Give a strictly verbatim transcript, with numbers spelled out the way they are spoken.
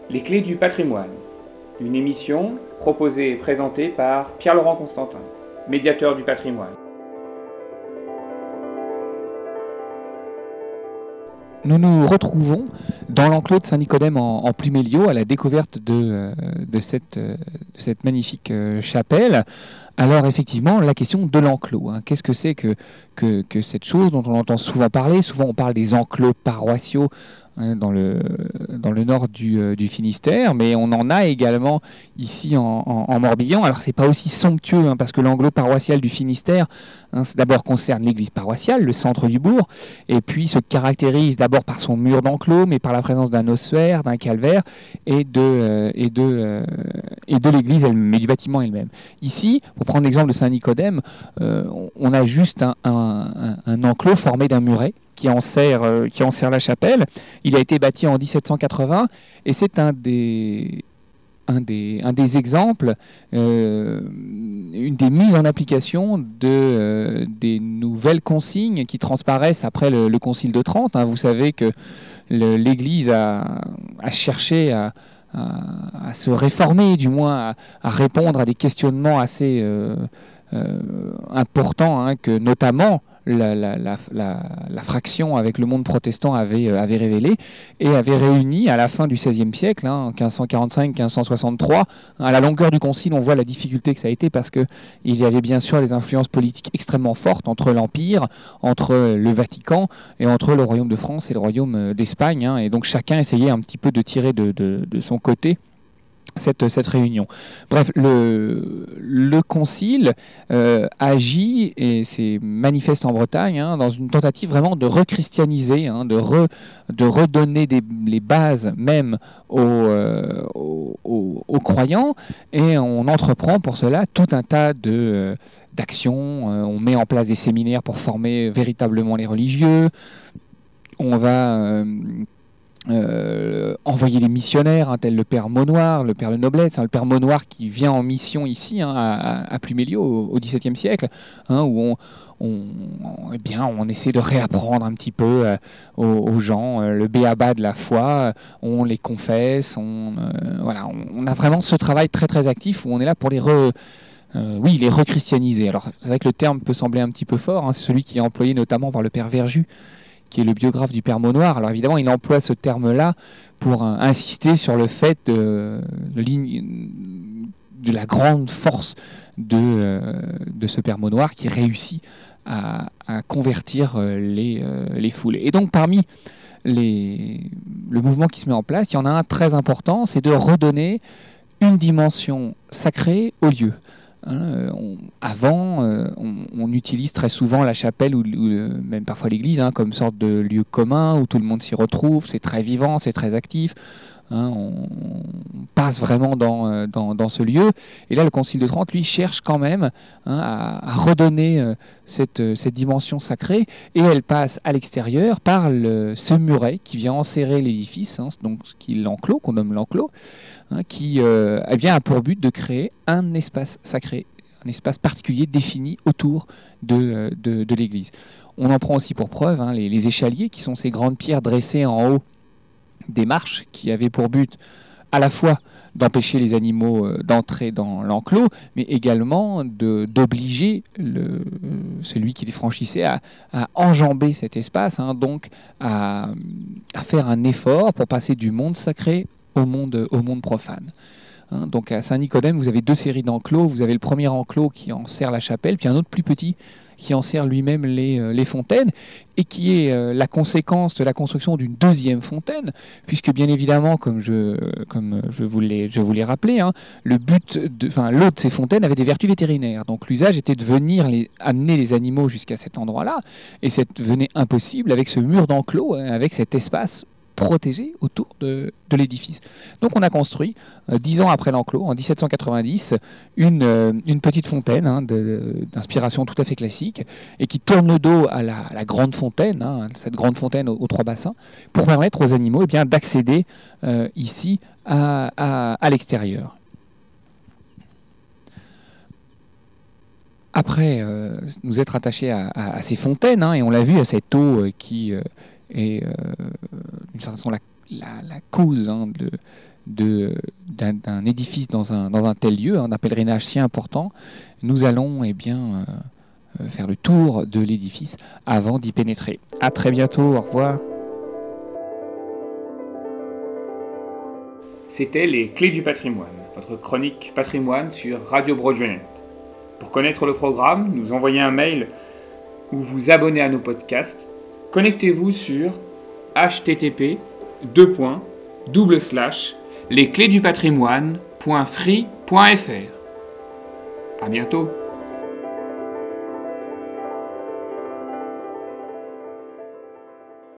Les clés du patrimoine, une émission proposée et présentée par Pierre-Laurent Constantin, médiateur du patrimoine. Nous nous retrouvons dans l'enclos de Saint-Nicodème en, en Pluméliau à la découverte de, euh, de, cette, euh, de cette magnifique euh, chapelle. Alors effectivement, la question de l'enclos. Hein. Qu'est-ce que c'est que, que, que cette chose dont on entend souvent parler? Souvent on parle des enclos paroissiaux hein, dans, le, dans le nord du, euh, du Finistère, mais on en a également ici en, en, en Morbihan. Alors c'est pas aussi somptueux hein, parce que l'enclos paroissial du Finistère hein, d'abord concerne l'église paroissiale, le centre du bourg, et puis se caractérise d'abord par son mur d'enclos, mais par la présence d'un ossuaire, d'un calvaire et de, euh, et de, euh, et de l'église elle-même, et du bâtiment elle-même. Ici, pour prendre l'exemple de Saint-Nicodème, euh, on a juste un, un, un enclos formé d'un muret qui enserre, euh, qui enserre la chapelle. Il a été bâti en dix-sept cent quatre-vingts et c'est un des... Un des, un des exemples, euh, une des mises en application de, euh, des nouvelles consignes qui transparaissent après le, le Concile de Trente. Hein. Vous savez que le, l'Église a, a cherché à, à, à se réformer, du moins à, à répondre à des questionnements assez euh, euh, importants, hein, que notamment La, la, la, la, la fraction avec le monde protestant avait, euh, avait révélé et avait réuni à la fin du seizième siècle, hein, en quinze cent quarante-cinq quinze cent soixante-trois. À la longueur du concile, on voit la difficulté que ça a été parce qu'il y avait bien sûr des influences politiques extrêmement fortes entre l'Empire, entre le Vatican et entre le Royaume de France et le Royaume d'Espagne. Hein, et donc chacun essayait un petit peu de tirer de, de, de son côté Cette, cette réunion. Bref, le, le concile euh, agit, et c'est manifeste en Bretagne, hein, dans une tentative vraiment de rechristianiser, hein, de, re, de redonner des, les bases même aux, euh, aux, aux, aux croyants, et on entreprend pour cela tout un tas de... Euh, d'actions. Euh, on met en place des séminaires pour former véritablement les religieux. On va... Euh, Euh, envoyer les missionnaires, hein, tel le père Maunoir, le père Le Noblesse, hein, le père Maunoir qui vient en mission ici hein, à, à Pluméliau au, au XVIIe siècle, hein, où on, on, on, eh bien, on essaie de réapprendre un petit peu euh, aux, aux gens euh, le béaba de la foi, euh, on les confesse, on, euh, voilà, on, on a vraiment ce travail très très actif où on est là pour les re, euh, oui, les rechristianiser. Alors c'est vrai que le terme peut sembler un petit peu fort, hein, c'est celui qui est employé notamment par le père Verjus, qui est le biographe du père Maunoir. Alors évidemment, il emploie ce terme-là pour euh, insister sur le fait de, de, de la grande force de, euh, de ce père Maunoir qui réussit à, à convertir euh, les, euh, les foules. Et donc parmi les, le mouvement qui se met en place, il y en a un très important, c'est de redonner une dimension sacrée au lieu. Hein, on, avant, euh, on, on utilise très souvent la chapelle ou, ou euh, même parfois l'église hein, comme sorte de lieu commun où tout le monde s'y retrouve, c'est très vivant, c'est très actif. Hein, on, on passe vraiment dans, euh, dans, dans ce lieu. Et là, le Concile de Trente, lui, cherche quand même hein, à, à redonner euh, cette, cette dimension sacrée. Et elle passe à l'extérieur par le, ce muret qui vient enserrer l'édifice, hein, donc qui est l'enclos, qu'on nomme l'enclos, hein, qui euh, eh bien, a pour but de créer un espace sacré, un espace particulier défini autour de, de, de l'église. On en prend aussi pour preuve hein, les, les échaliers, qui sont ces grandes pierres dressées en haut des marches, qui avaient pour but à la fois d'empêcher les animaux euh, d'entrer dans l'enclos, mais également de, d'obliger le, celui qui les franchissait à, à enjamber cet espace, hein, donc à, à faire un effort pour passer du monde sacré au monde, au monde profane. Hein, donc à Saint-Nicodème, vous avez deux séries d'enclos. Vous avez le premier enclos qui enserre la chapelle, puis un autre plus petit qui enserre lui-même les, euh, les fontaines, et qui est euh, la conséquence de la construction d'une deuxième fontaine, puisque bien évidemment, comme je, comme je vous l'ai, je vous l'ai rappelé, hein, le but de, enfin, l'eau de ces fontaines avait des vertus vétérinaires. Donc l'usage était de venir les, amener les animaux jusqu'à cet endroit-là, et ça devenait impossible avec ce mur d'enclos, hein, avec cet espace protégé autour de, de l'édifice. Donc on a construit, euh, dix ans après l'enclos, en dix-sept cent quatre-vingt-dix, une, euh, une petite fontaine hein, de, d'inspiration tout à fait classique, et qui tourne le dos à la, à la grande fontaine, hein, cette grande fontaine aux, aux trois bassins, pour permettre aux animaux eh bien, d'accéder euh, ici à, à, à l'extérieur. Après euh, nous être attachés à, à, à ces fontaines, hein, et on l'a vu, à cette eau euh, qui... Euh, et euh, d'une certaine façon la, la, la cause hein, de, de, d'un, d'un édifice dans un, dans un tel lieu, hein, d'un pèlerinage si important, nous allons eh bien, euh, faire le tour de l'édifice avant d'y pénétrer. À très bientôt, au revoir. C'était Les Clés du patrimoine, votre chronique patrimoine sur Radio Broadway. Pour connaître le programme, nous envoyer un mail ou vous abonner à nos podcasts, connectez-vous sur h t t p deux points double slash lesclésdupatrimoine point free point f r. À bientôt.